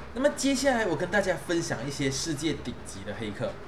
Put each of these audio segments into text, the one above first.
那么接下来我跟大家分享一些世界顶级的黑客。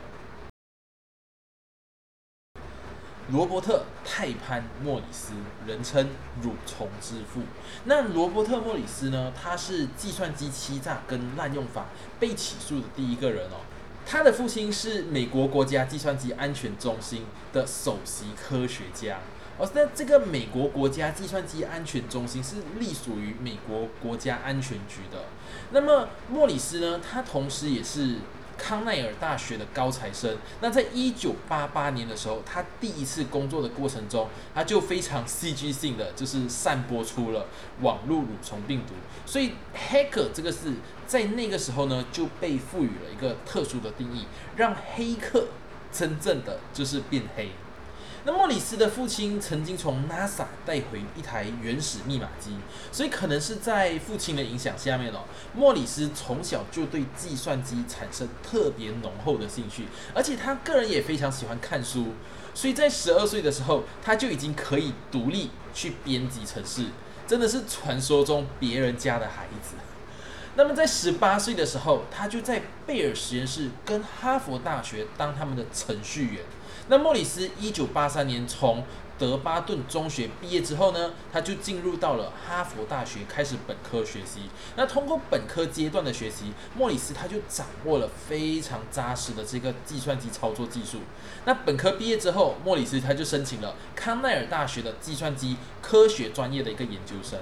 罗伯特·泰潘·莫里斯，人称蠕虫之父。那罗伯特·莫里斯呢？他是计算机欺诈跟滥用法被起诉的第一个人哦。他的父亲是美国国家计算机安全中心的首席科学家。那这个美国国家计算机安全中心是隶属于美国国家安全局的。那么莫里斯呢？他同时也是康奈尔大学的高材生。那在1988年的时候，他第一次工作的过程中，他就非常戏剧性的就是散播出了网络蠕虫病毒。所以 hacker 这个是在那个时候呢就被赋予了一个特殊的定义，让黑客真正的就是变黑。那莫里斯的父亲曾经从 NASA 带回一台原始密码机，所以可能是在父亲的影响下面莫里斯从小就对计算机产生特别浓厚的兴趣，而且他个人也非常喜欢看书，所以在12岁的时候，他就已经可以独立去编辑程式，真的是传说中别人家的孩子。那么在18岁的时候，他就在贝尔实验室跟哈佛大学当他们的程序员。那莫里斯1983年从德巴顿中学毕业之后呢，他就进入到了哈佛大学开始本科学习。那通过本科阶段的学习，莫里斯他就掌握了非常扎实的这个计算机操作技术。那本科毕业之后，莫里斯他就申请了康奈尔大学的计算机科学专业的一个研究生。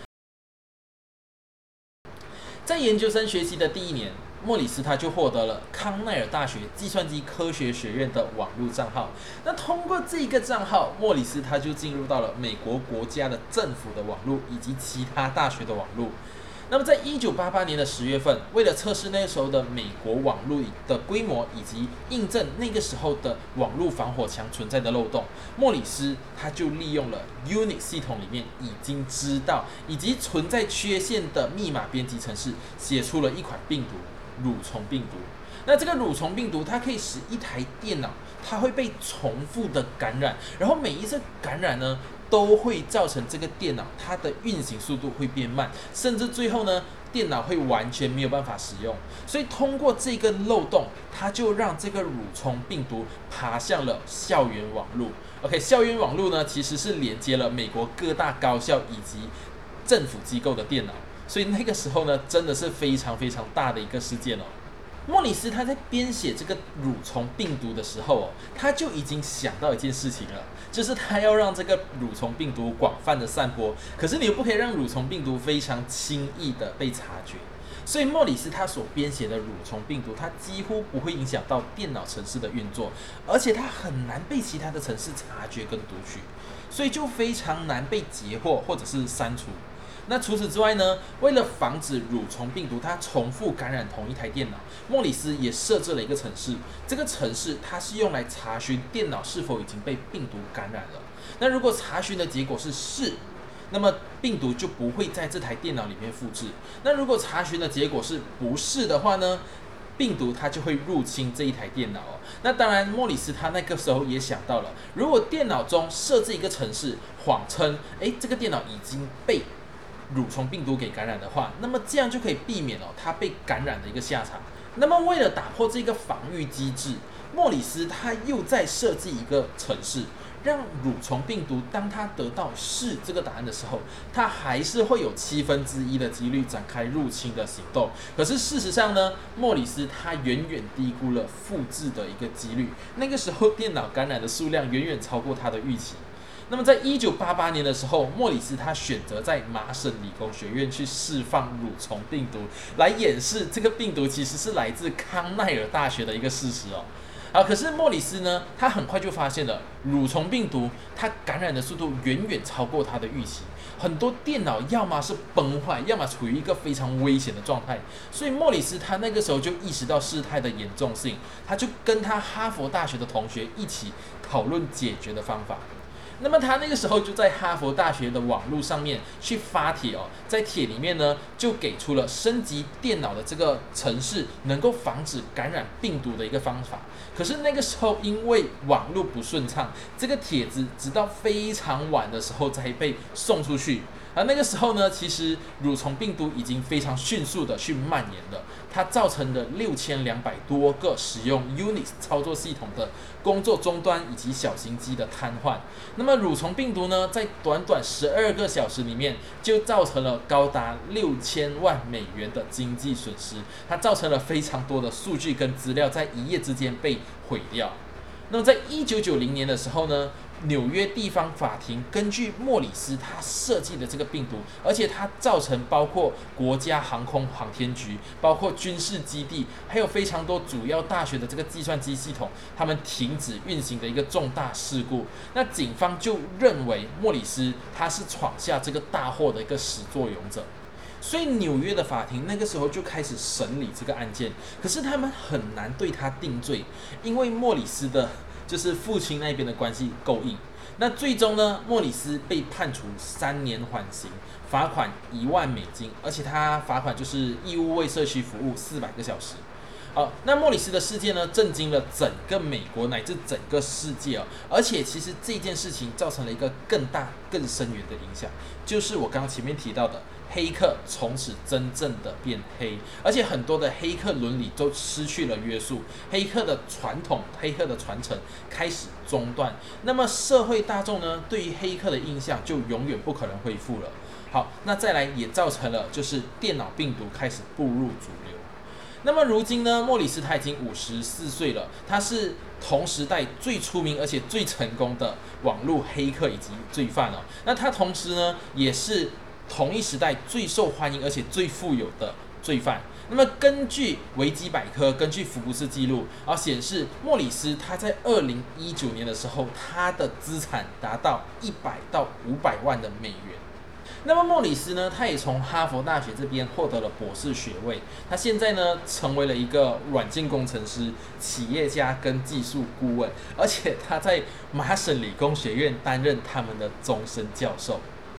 在研究生学习的第一年，莫里斯他就获得了康奈尔大学计算机科学学院的网络账号。那通过这个账号，莫里斯他就进入到了美国国家的政府的网络以及其他大学的网络。那么在1988年的10月份，为了测试那个时候的美国网络的规模以及印证那个时候的网络防火墙存在的漏洞，莫里斯他就利用了 Unix 系统里面已经知道以及存在缺陷的密码编辑程式，写出了一款病毒——蠕虫病毒。那这个蠕虫病毒它可以使一台电脑它会被重复的感染，然后每一次感染呢都会造成这个电脑它的运行速度会变慢，甚至最后呢电脑会完全没有办法使用。所以通过这个漏洞，它就让这个蠕虫病毒爬向了校园网络。OK， 校园网络呢其实是连接了美国各大高校以及政府机构的电脑，所以那个时候呢真的是非常非常大的一个事件哦。莫里斯他在编写这个蠕虫病毒的时候他就已经想到一件事情了，就是他要让这个蠕虫病毒广泛的散播，可是你又不可以让蠕虫病毒非常轻易的被察觉。所以莫里斯他所编写的蠕虫病毒，它几乎不会影响到电脑程式的运作，而且它很难被其他的程式察觉跟读取，所以就非常难被截获或者是删除。那除此之外呢，为了防止蠕虫病毒它重复感染同一台电脑，莫里斯也设置了一个程式。这个程式它是用来查询电脑是否已经被病毒感染了。那如果查询的结果是是，那么病毒就不会在这台电脑里面复制。那如果查询的结果是不是的话呢，病毒它就会入侵这一台电脑那当然，莫里斯他那个时候也想到了，如果电脑中设置一个程式，谎称这个电脑已经被蠕虫病毒给感染的话，那么这样就可以避免它被感染的一个下场。那么为了打破这个防御机制，莫里斯他又再设计一个程式，让蠕虫病毒当它得到是这个答案的时候，它还是会有1/7的几率展开入侵的行动。可是事实上呢，莫里斯他远远低估了复制的一个几率，那个时候电脑感染的数量远远超过他的预期。那么在1988年的时候，莫里斯他选择在麻省理工学院去释放蠕虫病毒，来掩饰这个病毒其实是来自康奈尔大学的一个事实可是莫里斯呢，他很快就发现了蠕虫病毒它感染的速度远远超过他的预期，很多电脑要么是崩坏，要么处于一个非常危险的状态。所以莫里斯他那个时候就意识到事态的严重性，他就跟他哈佛大学的同学一起讨论解决的方法。那么他那个时候就在哈佛大学的网络上面去发帖在帖里面呢就给出了升级电脑的这个程式能够防止感染病毒的一个方法。可是那个时候因为网络不顺畅，这个帖子直到非常晚的时候才被送出去。 而那个时候呢，其实蠕虫病毒已经非常迅速的去蔓延了，它造成了6200多个使用 Unix 操作系统的工作终端以及小型机的瘫痪。那么蠕虫病毒呢，在短短12个小时里面，就造成了高达6000万美元的经济损失，它造成了非常多的数据跟资料在一夜之间被毁掉。那么在1990年的时候呢，纽约地方法庭根据莫里斯他设计的这个病毒，而且它造成包括国家航空航天局、包括军事基地，还有非常多主要大学的这个计算机系统，他们停止运行的一个重大事故。那警方就认为莫里斯他是闯下这个大祸的一个始作俑者。所以纽约的法庭那个时候就开始审理这个案件，可是他们很难对他定罪，因为莫里斯的就是父亲那边的关系够硬。那最终呢，莫里斯被判处3年缓刑，罚款1万美金，而且他罚款就是义务为社区服务400个小时。那莫里斯的事件呢，震惊了整个美国乃至整个世界哦。而且其实这件事情造成了一个更大、更深远的影响，就是我刚刚前面提到的，黑客从此真正的变黑，而且很多的黑客伦理都失去了约束，黑客的传统、黑客的传承开始中断。那么社会大众呢，对于黑客的印象就永远不可能恢复了。好，那再来也造成了就是电脑病毒开始步入主流。那么如今呢，莫里斯他已经54岁了，他是同时代最出名而且最成功的网络黑客以及罪犯哦。那他同时呢，也是同一时代最受欢迎而且最富有的罪犯。那么根据维基百科，根据福布斯记录显示，莫里斯他在2019年的时候，他的资产达到100到500万的美元。那么莫里斯呢，他也从哈佛大学这边获得了博士学位，他现在呢成为了一个软件工程师、企业家跟技术顾问，而且他在麻省理工学院担任他们的终身教授。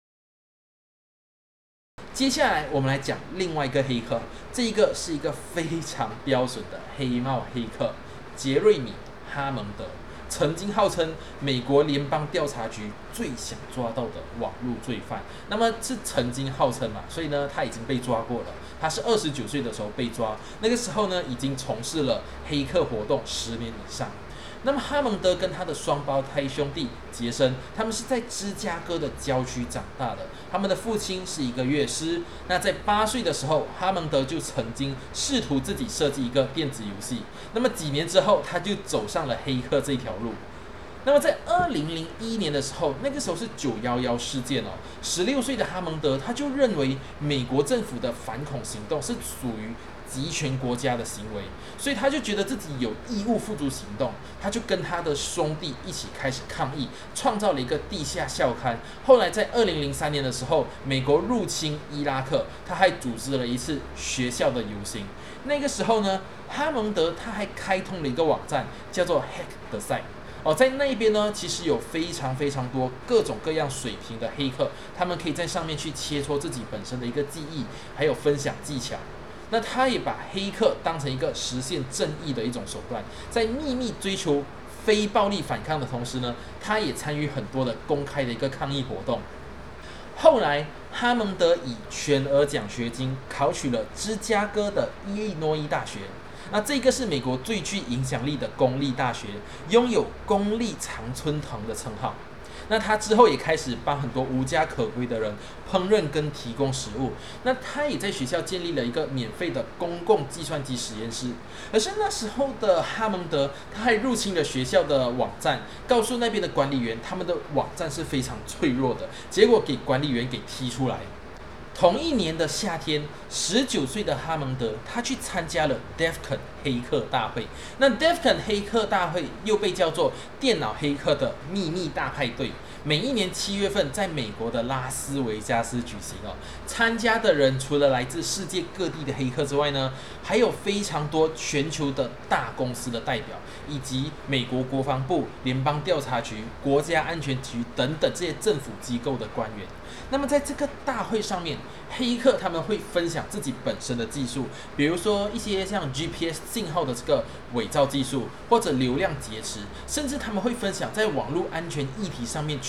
接下来我们来讲另外一个黑客，这一个是一个非常标准的黑帽黑客杰瑞米·哈蒙德，曾经号称美国联邦调查局最想抓到的网络罪犯。那么是曾经号称嘛，所以呢他已经被抓过了。他是29岁的时候被抓，那个时候呢已经从事了黑客活动10年以上。那么哈蒙德跟他的双胞胎兄弟杰森，他们是在芝加哥的郊区长大的。他们的父亲是一个乐师。那在8岁的时候，哈蒙德就曾经试图自己设计一个电子游戏。那么几年之后，他就走上了黑客这条路。那么在2001年的时候，那个时候是911事件哦。16岁的哈蒙德他就认为美国政府的反恐行动是属于集权国家的行为，所以他就觉得自己有义务付诸行动。他就跟他的兄弟一起开始抗议，创造了一个地下校刊。后来在2003年的时候，美国入侵伊拉克，他还组织了一次学校的游行。那个时候呢，哈蒙德他还开通了一个网站，叫做 Hack the Site。在那边呢，其实有非常多各种各样水平的黑客，他们可以在上面去切磋自己本身的一个技艺，还有分享技巧。那他也把黑客当成一个实现正义的一种手段，在秘密追求非暴力反抗的同时呢，他也参与很多的公开的一个抗议活动。后来，哈蒙德以全额奖学金考取了芝加哥的伊利诺伊大学。那这个是美国最具影响力的公立大学，拥有公立常春藤的称号。那他之后也开始帮很多无家可归的人烹饪跟提供食物。那他也在学校建立了一个免费的公共计算机实验室。而是那时候的哈蒙德，他还入侵了学校的网站，告诉那边的管理员，他们的网站是非常脆弱的，结果给管理员给踢出来。同一年的夏天，19岁的哈蒙德他去参加了 DEF CON 黑客大会。那 DEF CON 黑客大会又被叫做电脑黑客的秘密大派对，每一年7月份在美国的拉斯维加斯举行哦。参加的人除了来自世界各地的黑客之外呢，还有非常多全球的大公司的代表，以及美国国防部、联邦调查局、国家安全局等等这些政府机构的官员。那么在这个大会上面，黑客他们会分享自己本身的技术，比如说一些像 GPS 信号的这个伪造技术，或者流量劫持，甚至他们会分享在网络安全议题上面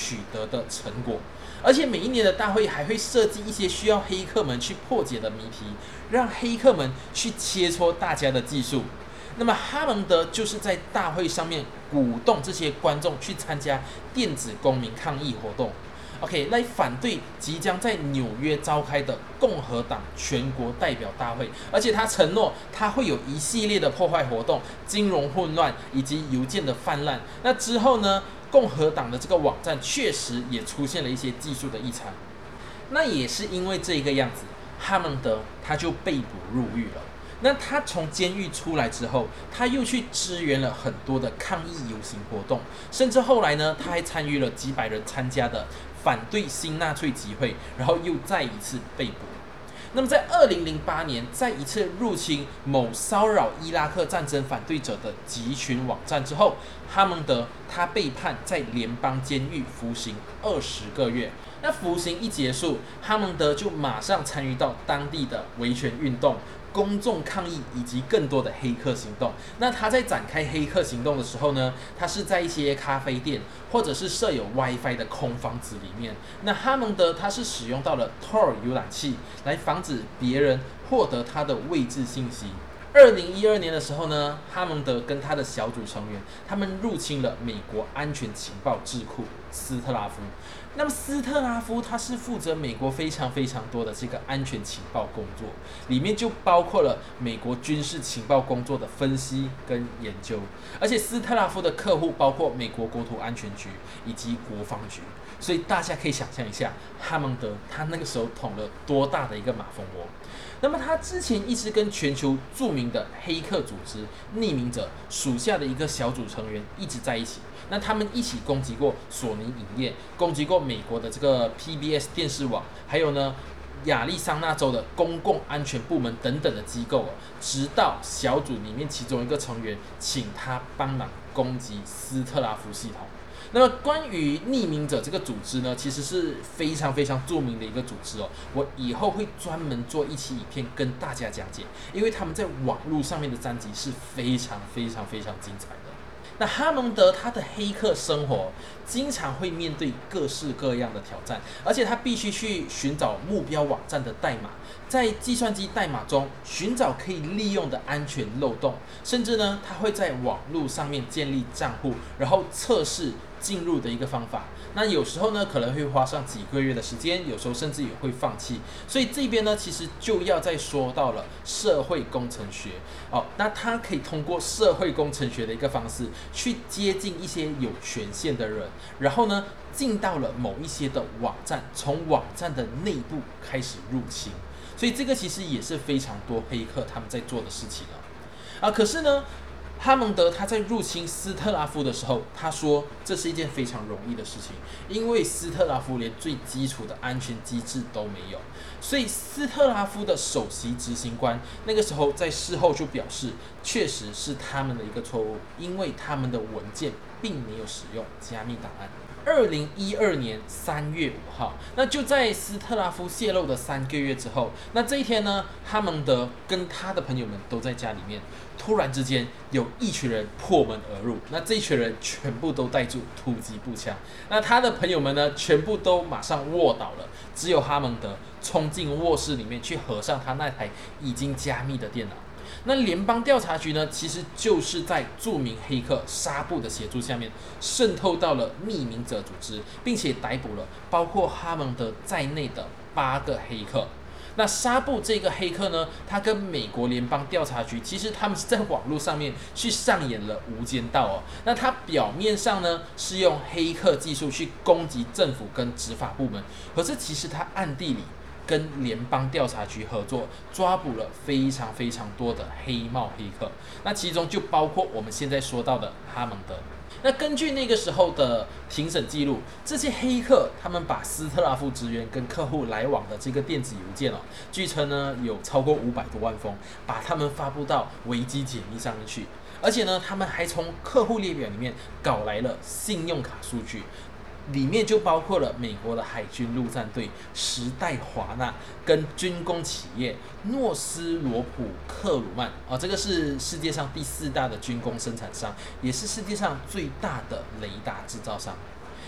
取得的成果。而且每一年的大会还会设计一些需要黑客们去破解的谜题，让黑客们去切磋大家的技术。那么哈蒙德就是在大会上面鼓动这些观众去参加电子公民抗议活动。OK， 来反对即将在纽约召开的共和党全国代表大会，而且他承诺他会有一系列的破坏活动、金融混乱以及邮件的泛滥。那之后呢，共和党的这个网站确实也出现了一些技术的异常。那也是因为这个样子，哈蒙德他就被捕入狱了。那他从监狱出来之后，他又去支援了很多的抗议游行活动，甚至后来呢，他还参与了几百人参加的反对新纳粹集会，然后又再一次被捕。那么在2008年，再一次入侵某骚扰伊拉克战争反对者的集群网站之后，哈蒙德他被判在联邦监狱服刑20个月。那服刑一结束，哈蒙德就马上参与到当地的维权运动、公众抗议以及更多的黑客行动。那他在展开黑客行动的时候呢，他是在一些咖啡店或者是设有 WiFi 的空房子里面。那哈蒙德他是使用到了 Tor 浏览器来防止别人获得他的位置信息。2012年的时候呢，哈蒙德跟他的小组成员，他们入侵了美国安全情报智库斯特拉夫。那么斯特拉夫他是负责美国非常非常多的这个安全情报工作，里面就包括了美国军事情报工作的分析跟研究。而且斯特拉夫的客户包括美国国土安全局以及国防局，所以大家可以想象一下，哈蒙德他那个时候捅了多大的一个马蜂窝。那么他之前一直跟全球著名的黑客组织匿名者属下的一个小组成员一直在一起。那他们一起攻击过索尼影业，攻击过美国的这个 PBS 电视网，还有呢亚利桑那州的公共安全部门等等的机构，直到小组里面其中一个成员请他帮忙攻击斯特拉夫系统。那么关于匿名者这个组织呢，其实是非常非常著名的一个组织哦。我以后会专门做一期影片跟大家讲解，因为他们在网络上面的战绩是非常非常非常精彩的。那哈蒙德他的黑客生活经常会面对各式各样的挑战，而且他必须去寻找目标网站的代码，在计算机代码中寻找可以利用的安全漏洞，甚至呢他会在网络上面建立账户，然后测试进入的一个方法。那有时候呢可能会花上几个月的时间，有时候甚至也会放弃。所以这边呢其实就要再说到了社会工程学哦，那他可以通过社会工程学的一个方式去接近一些有权限的人，然后呢进到了某一些的网站，从网站的内部开始入侵。所以这个其实也是非常多黑客他们在做的事情可是呢哈蒙德他在入侵斯特拉夫的时候，他说这是一件非常容易的事情，因为斯特拉夫连最基础的安全机制都没有。所以斯特拉夫的首席执行官那个时候在事后就表示，确实是他们的一个错误，因为他们的文件并没有使用加密档案。2012年3月5号，那就在斯特拉夫泄露的3个月之后，那这一天呢，哈蒙德跟他的朋友们都在家里面，突然之间有一群人破门而入，那这一群人全部都带住突击步枪，那他的朋友们呢，全部都马上卧倒了，只有哈蒙德冲进卧室里面去合上他那台已经加密的电脑。那联邦调查局呢，其实就是在著名黑客沙布的协助下面，渗透到了匿名者组织，并且逮捕了包括哈蒙德在内的8个黑客。那沙布这个黑客呢，他跟美国联邦调查局其实他们是在网络上面去上演了无间道哦。那他表面上呢是用黑客技术去攻击政府跟执法部门，可是其实他暗地里跟联邦调查局合作，抓捕了非常非常多的黑帽黑客，那其中就包括我们现在说到的哈蒙德。那根据那个时候的庭审记录，这些黑客他们把斯特拉夫职员跟客户来往的这个电子邮件据称呢有超过500多万封，把他们发布到维基解密上面去，而且呢他们还从客户列表里面搞来了信用卡数据。里面就包括了美国的海军陆战队、时代华纳跟军工企业诺斯罗普克鲁曼这个是世界上第4大的军工生产商，也是世界上最大的雷达制造商。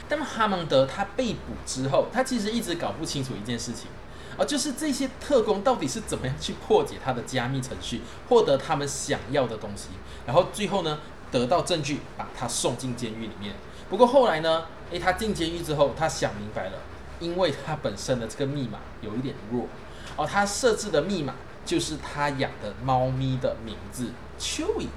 但哈蒙德他被捕之后，他其实一直搞不清楚一件事情。就是这些特工到底是怎么样去破解他的加密程序，获得他们想要的东西，然后最后呢得到证据，把他送进监狱里面。不过后来呢，他进监狱之后，他想明白了，因为他本身的这个密码有一点弱，他设置的密码就是他养的猫咪的名字 Chewy。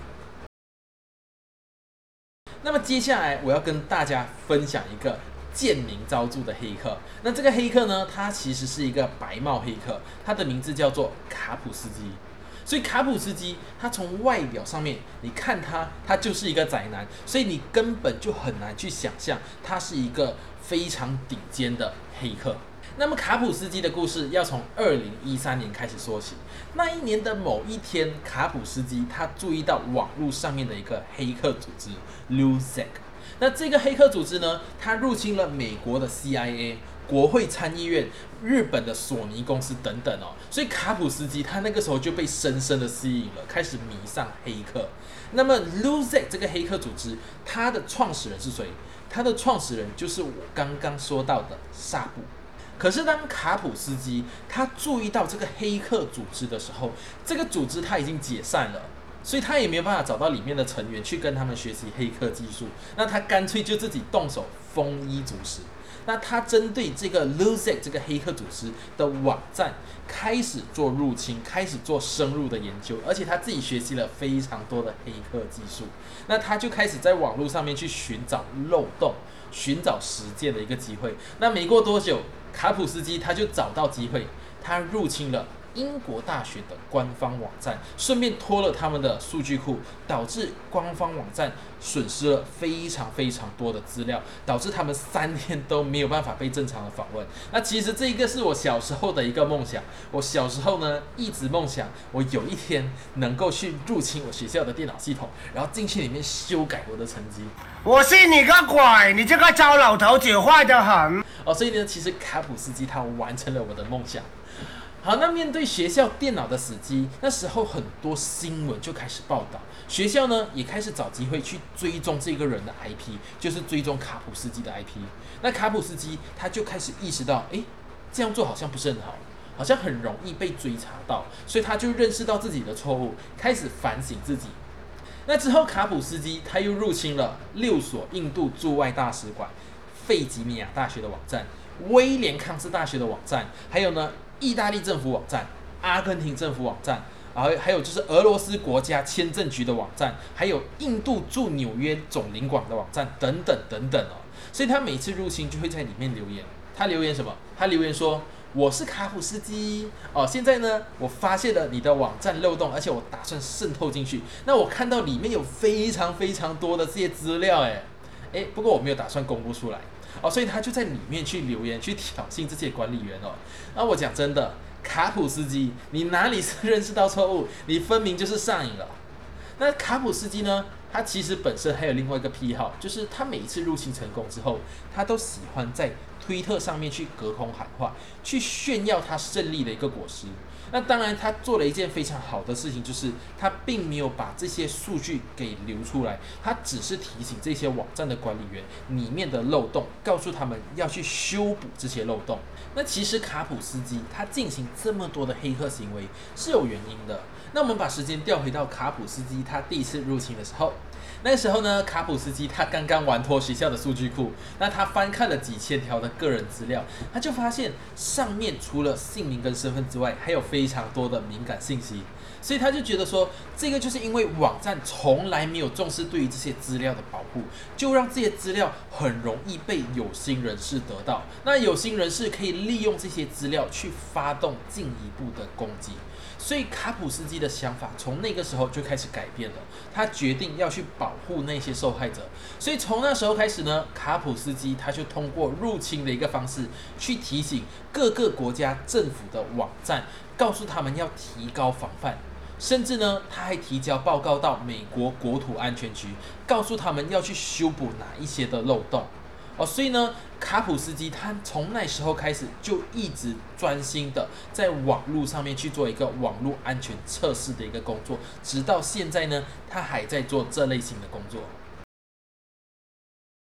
那么接下来我要跟大家分享一个见名昭著的黑客。那这个黑客呢，他其实是一个白帽黑客，他的名字叫做卡普斯基。所以卡普斯基他从外表上面，你看他就是一个宅男，所以你根本就很难去想象他是一个非常顶尖的黑客。那么卡普斯基的故事要从2013年开始说起。那一年的某一天，卡普斯基他注意到网络上面的一个黑客组织 LUZEC。那这个黑客组织呢，它入侵了美国的 CIA、国会参议院、日本的索尼公司等等所以卡普斯基他那个时候就被深深的吸引了，开始迷上黑客。那么 LUZEC 这个黑客组织，它的创始人是谁？它的创始人就是我刚刚说到的萨布。可是当卡普斯基他注意到这个黑客组织的时候，这个组织他已经解散了，所以他也没有办法找到里面的成员去跟他们学习黑客技术。那他干脆就自己动手丰衣足食。那他针对这个 LUZEC 这个黑客组织的网站开始做入侵，开始做深入的研究，而且他自己学习了非常多的黑客技术。那他就开始在网络上面去寻找漏洞，寻找实践的一个机会。那没过多久，卡普斯基他就找到机会，他入侵了英国大学的官方网站，顺便拖了他们的数据库，导致官方网站损失了非常非常多的资料，导致他们3天都没有办法被正常的访问。那其实这一个是我小时候的一个梦想，我小时候呢一直梦想我有一天能够去入侵我学校的电脑系统，然后进去里面修改我的成绩。 我信你个鬼！你这个糟老头子坏得很。 所以呢，其实卡普斯基他完成了我的梦想。好，那面对学校电脑的死机，那时候很多新闻就开始报道，学校呢也开始找机会去追踪这个人的 IP， 就是追踪卡普斯基的 IP。那卡普斯基他就开始意识到，这样做好像不是很好，好像很容易被追查到，所以他就认识到自己的错误，开始反省自己。那之后，卡普斯基他又入侵了6所印度驻外大使馆、费吉尼亚大学的网站、威廉康斯大学的网站，还有呢意大利政府网站、阿根廷政府网站，还有就是俄罗斯国家签证局的网站，还有印度驻纽约总领馆的网站等等等等所以他每次入侵就会在里面留言。他留言什么？他留言说：“我是卡普斯基现在呢，我发现了你的网站漏洞，而且我打算渗透进去。那我看到里面有非常非常多的这些资料，不过我没有打算公布出来所以他就在里面去留言，去挑衅这些管理员那我讲真的，卡普斯基，你哪里是认识到错误？你分明就是上瘾了。那卡普斯基呢？他其实本身还有另外一个癖好，就是他每一次入侵成功之后，他都喜欢在推特上面去隔空喊话，去炫耀他胜利的一个果实。那当然，他做了一件非常好的事情，就是他并没有把这些数据给流出来，他只是提醒这些网站的管理员里面的漏洞，告诉他们要去修补这些漏洞。那其实卡普斯基他进行这么多的黑客行为是有原因的。那我们把时间调回到卡普斯基他第一次入侵的时候，那个时候呢，卡普斯基他刚刚玩脱学校的数据库，那他翻看了几千条的个人资料，他就发现上面除了姓名跟身份之外，还有非常多的敏感信息，所以他就觉得说，这个就是因为网站从来没有重视对于这些资料的保护，就让这些资料很容易被有心人士得到，那有心人士可以利用这些资料去发动进一步的攻击。所以卡普斯基的想法从那个时候就开始改变了，他决定要去保护那些受害者。所以从那时候开始呢，卡普斯基他就通过入侵的一个方式，去提醒各个国家政府的网站，告诉他们要提高防范。甚至呢，他还提交报告到美国国土安全局，告诉他们要去修补哪一些的漏洞。所以呢，卡普斯基他从那时候开始就一直专心的在网络上面去做一个网络安全测试的一个工作，直到现在呢，他还在做这类型的工作。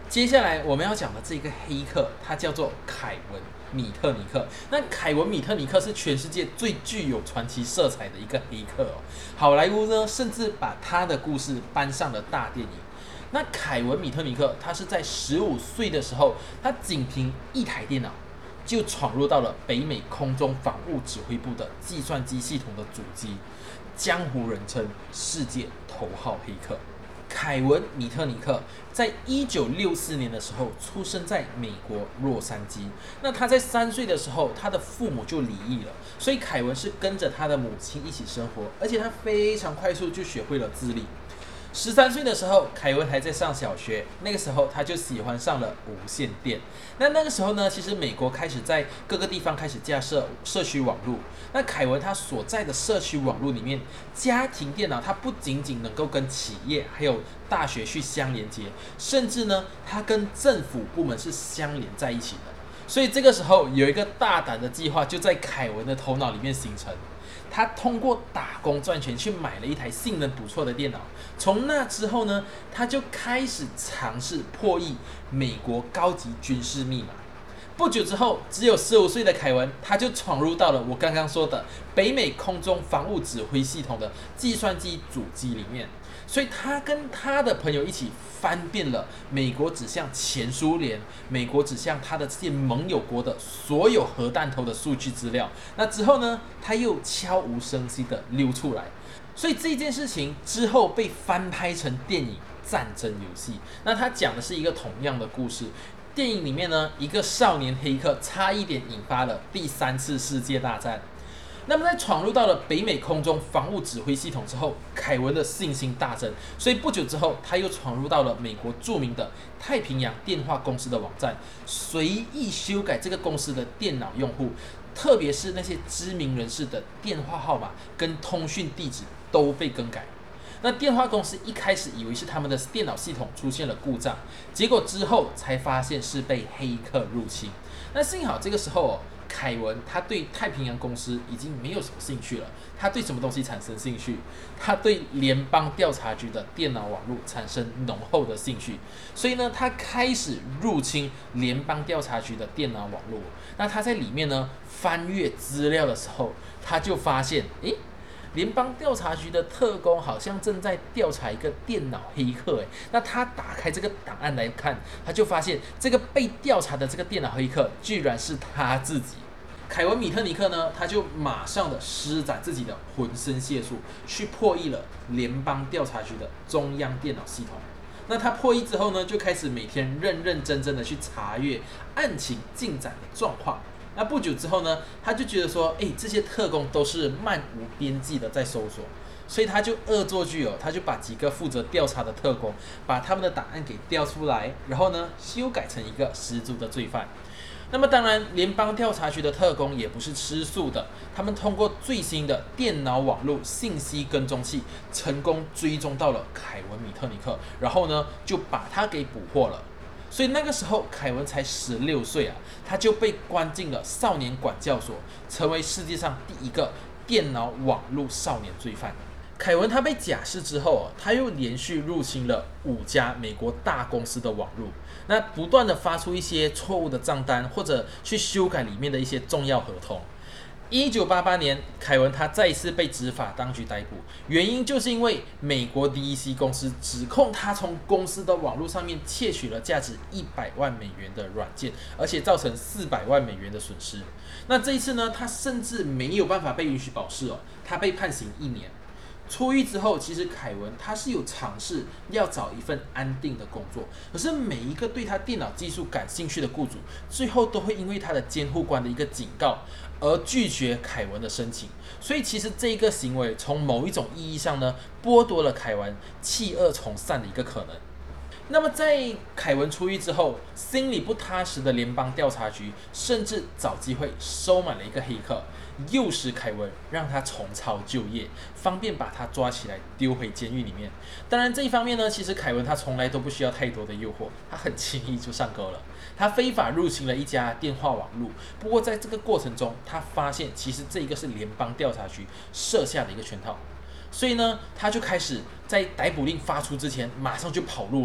接下来我们要讲的这个黑客，他叫做凯文·米特尼克。那凯文·米特尼克是全世界最具有传奇色彩的一个黑客哦。好莱坞呢，甚至把他的故事搬上了大电影。那凯文·米特尼克，他是在15岁的时候，他仅凭一台电脑，就闯入到了北美空中防务指挥部的计算机系统的主机，江湖人称世界头号黑客。凯文·米特尼克在1964年的时候出生在美国洛杉矶。那他在3岁的时候，他的父母就离异了，所以凯文是跟着他的母亲一起生活，而且他非常快速就学会了自立。13岁的时候，凯文还在上小学，那个时候他就喜欢上了无线电。那个时候呢，其实美国开始在各个地方开始架设社区网络。那凯文他所在的社区网络里面，家庭电脑它不仅仅能够跟企业还有大学去相连接，甚至呢，它跟政府部门是相连在一起的。所以这个时候有一个大胆的计划就在凯文的头脑里面形成。他通过打工赚钱去买了一台性能不错的电脑。从那之后呢，他就开始尝试破译美国高级军事密码。不久之后，只有15岁的凯文，他就闯入到了我刚刚说的北美空中防务指挥系统的计算机主机里面。所以他跟他的朋友一起翻遍了美国指向前苏联、美国指向他的这些盟友国的所有核弹头的数据资料。那之后呢，他又悄无声息的溜出来。所以这件事情之后被翻拍成电影《战争游戏》。那他讲的是一个同样的故事。电影里面呢，一个少年黑客差一点引发了第3次世界大战。那么在闯入到了北美空中防务指挥系统之后，凯文的信心大增，所以不久之后，他又闯入到了美国著名的太平洋电话公司的网站，随意修改这个公司的电脑用户，特别是那些知名人士的电话号码跟通讯地址都被更改。那电话公司一开始以为是他们的电脑系统出现了故障，结果之后才发现是被黑客入侵。那幸好这个时候凯文他对太平洋公司已经没有什么兴趣了，他对什么东西产生兴趣？他对联邦调查局的电脑网络产生浓厚的兴趣，所以呢，他开始入侵联邦调查局的电脑网络。那他在里面呢翻阅资料的时候，他就发现，联邦调查局的特工好像正在调查一个电脑黑客。那他打开这个档案来看，他就发现这个被调查的这个电脑黑客居然是他自己。凯文·米特尼克呢，他就马上的施展自己的浑身解数，去破译了联邦调查局的中央电脑系统。那他破译之后呢，就开始每天认认真真的去查阅案情进展的状况。那不久之后呢，他就觉得说，这些特工都是漫无边际的在搜索，所以他就恶作剧他就把几个负责调查的特工，把他们的档案给调出来，然后呢，修改成一个十足的罪犯。那么当然，联邦调查局的特工也不是吃素的，他们通过最新的电脑网络信息跟踪器，成功追踪到了凯文·米特尼克，然后呢，就把他给捕获了。所以那个时候，凯文才16岁他就被关进了少年管教所，成为世界上第一个电脑网络少年罪犯。凯文他被假释之后他又连续入侵了5家美国大公司的网络，那不断的发出一些错误的账单，或者去修改里面的一些重要合同。1988年，凯文他再次被执法当局逮捕，原因就是因为美国 DEC 公司指控他从公司的网络上面窃取了价值100万美元的软件，而且造成400万美元的损失。那这一次呢，他甚至没有办法被允许保释他被判刑1年。出狱之后，其实凯文他是有尝试要找一份安定的工作，可是每一个对他电脑技术感兴趣的雇主，最后都会因为他的监护官的一个警告而拒绝凯文的申请。所以其实这一个行为从某一种意义上呢，剥夺了凯文弃恶从善的一个可能。那么在凯文出狱之后，心里不踏实的联邦调查局甚至找机会收买了一个黑客，诱使凯文让他重操旧业，方便把他抓起来丢回监狱里面。当然这一方面呢，其实凯文他从来都不需要太多的诱惑，他很轻易就上钩了。他非法入侵了一家电话网络，不过在这个过程中，他发现其实这一个是联邦调查局设下的一个圈套，所以呢，他就开始在逮捕令发出之前马上就跑路了。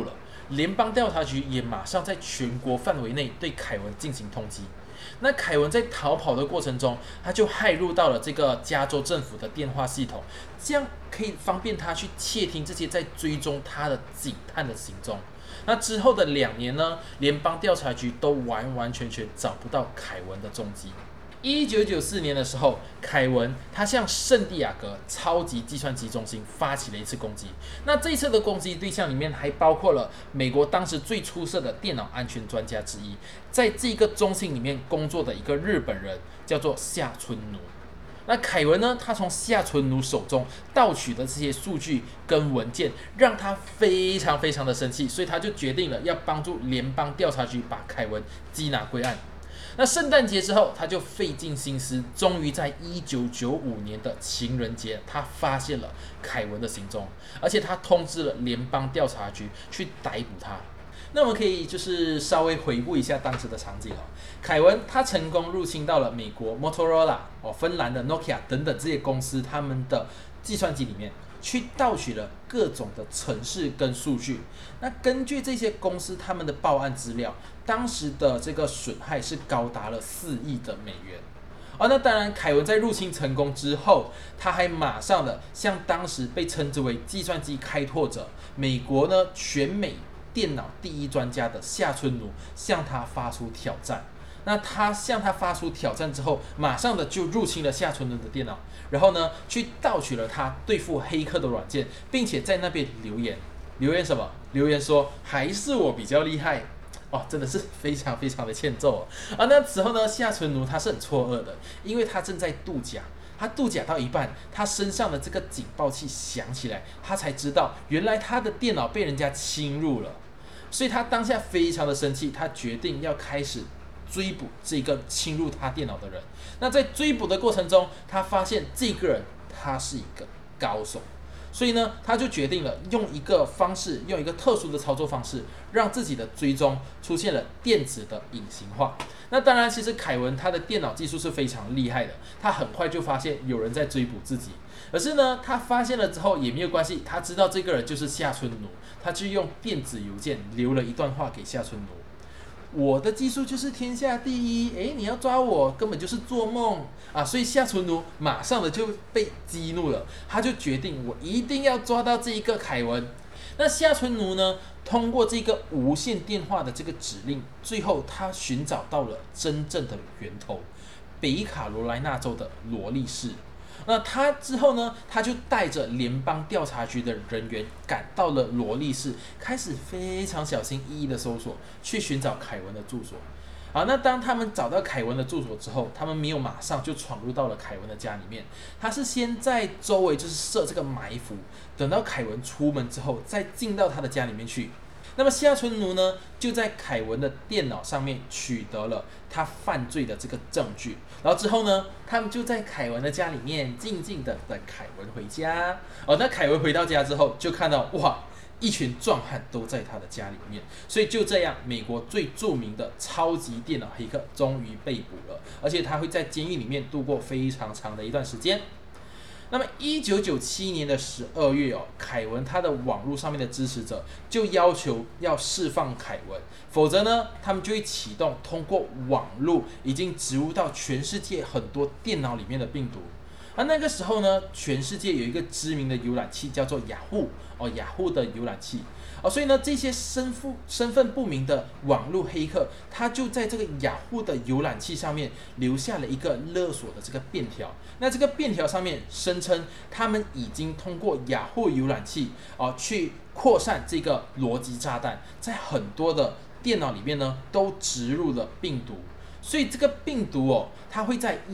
联邦调查局也马上在全国范围内对凯文进行通缉。那凯文在逃跑的过程中，他就骇入到了这个加州政府的电话系统，这样可以方便他去窃听这些在追踪他的警探的行踪。那之后的2年呢，联邦调查局都完完全全找不到凯文的踪迹。1994年的时候，凯文他向圣地亚哥超级计算机中心发起了一次攻击。那这一次的攻击对象里面还包括了美国当时最出色的电脑安全专家之一，在这个中心里面工作的一个日本人，叫做夏春奴。那凯文呢，他从夏春奴手中盗取的这些数据跟文件，让他非常非常的生气，所以他就决定了要帮助联邦调查局把凯文缉拿归案。那圣诞节之后，他就费尽心思，终于在1995年的情人节，他发现了凯文的行踪，而且他通知了联邦调查局去逮捕他。那我们可以就是稍微回顾一下当时的场景哦。凯文他成功入侵到了美国 Motorola、芬兰的 Nokia 等等这些公司他们的计算机里面，去盗取了各种的程式跟数据。那根据这些公司他们的报案资料，当时的这个损害是高达了4亿的美元。那当然，凯文在入侵成功之后，他还马上的向当时被称之为计算机开拓者、美国呢全美电脑第一专家的夏春奴向他发出挑战。那他向他发出挑战之后，马上的就入侵了夏春奴的电脑，然后呢去盗取了他对付黑客的软件，并且在那边留言什么？留言说还是我比较厉害。真的是非常非常的欠揍那时候呢，夏春奴他是很错愕的，因为他正在度假。他度假到一半，他身上的这个警报器响起来，他才知道原来他的电脑被人家侵入了，所以他当下非常的生气，他决定要开始追捕这个侵入他电脑的人。那在追捕的过程中，他发现这个人他是一个高手，所以呢，他就决定了用一个特殊的操作方式，让自己的追踪出现了电子的隐形化。那当然，其实凯文他的电脑技术是非常厉害的，他很快就发现有人在追捕自己。可是呢，他发现了之后也没有关系，他知道这个人就是夏春奴，他就用电子邮件留了一段话给夏春奴。我的技术就是天下第一，你要抓我根本就是做梦所以夏春奴马上的就被激怒了，他就决定我一定要抓到这一个凯文。那夏春奴呢，通过这个无线电话的这个指令，最后他寻找到了真正的源头——北卡罗来纳州的罗利市。那他之后呢，他就带着联邦调查局的人员赶到了罗利市，开始非常小心翼翼的搜索，去寻找凯文的住所。那当他们找到凯文的住所之后，他们没有马上就闯入到了凯文的家里面，他是先在周围就是设这个埋伏，等到凯文出门之后，再进到他的家里面去。那么夏春奴呢，就在凯文的电脑上面取得了他犯罪的这个证据，然后之后呢，他们就在凯文的家里面静静的等凯文回家。那凯文回到家之后，就看到一群壮汉都在他的家里面，所以就这样，美国最著名的超级电脑黑客终于被捕了，而且他会在监狱里面度过非常长的一段时间。那么1997年的12月凯文他的网络上面的支持者就要求要释放凯文，否则呢，他们就会启动通过网络已经植入到全世界很多电脑里面的病毒。那个时候呢，全世界有一个知名的浏览器叫做雅虎雅虎的浏览器所以呢，这些身份不明的网络黑客，他就在这个雅虎的浏览器上面留下了一个勒索的这个便条。那这个便条上面声称，他们已经通过雅虎浏览器去扩散这个逻辑炸弹，在很多的电脑里面呢都植入了病毒。所以这个病毒它会在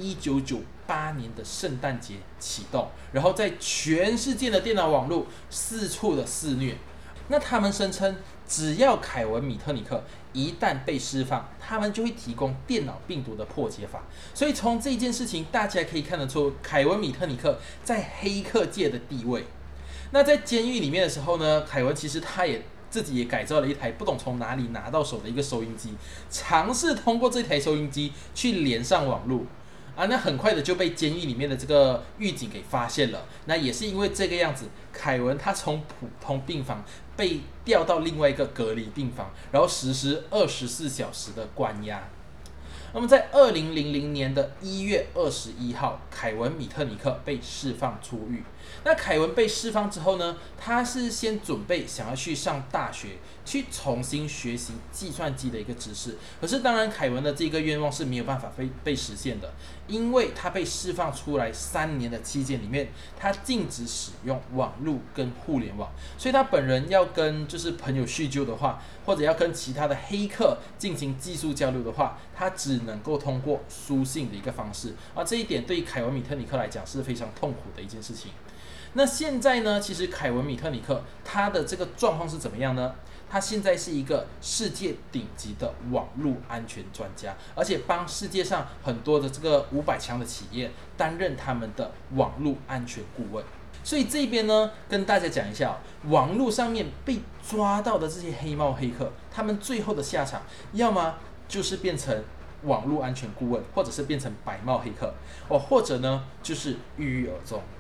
1998年的圣诞节启动，然后在全世界的电脑网络四处的肆虐。那他们声称，只要凯文·米特尼克一旦被释放，他们就会提供电脑病毒的破解法。所以从这件事情，大家可以看得出凯文·米特尼克在黑客界的地位。那在监狱里面的时候呢，凯文其实他自己也改造了一台不懂从哪里拿到手的一个收音机，尝试通过这台收音机去连上网络那很快的就被监狱里面的这个狱警给发现了。那也是因为这个样子，凯文他从普通病房被调到另外一个隔离病房，然后实施24小时的关押。那么在2000年的1月21号，凯文·米特尼克被释放出狱。那凯文被释放之后呢，他是先准备想要去上大学，去重新学习计算机的一个知识。可是当然，凯文的这个愿望是没有办法被实现的，因为他被释放出来3年的期间里面，他禁止使用网络跟互联网，所以他本人要跟就是朋友叙旧的话，或者要跟其他的黑客进行技术交流的话，他只能够通过书信的一个方式。这一点对于凯文·米特尼克来讲是非常痛苦的一件事情。那现在呢，其实凯文·米特尼克他的这个状况是怎么样呢？他现在是一个世界顶级的网络安全专家，而且帮世界上很多的这个500强的企业担任他们的网络安全顾问。所以这边呢，跟大家讲一下网络上面被抓到的这些黑帽黑客，他们最后的下场，要么就是变成网络安全顾问，或者是变成白帽黑客，或者呢就是郁郁而终。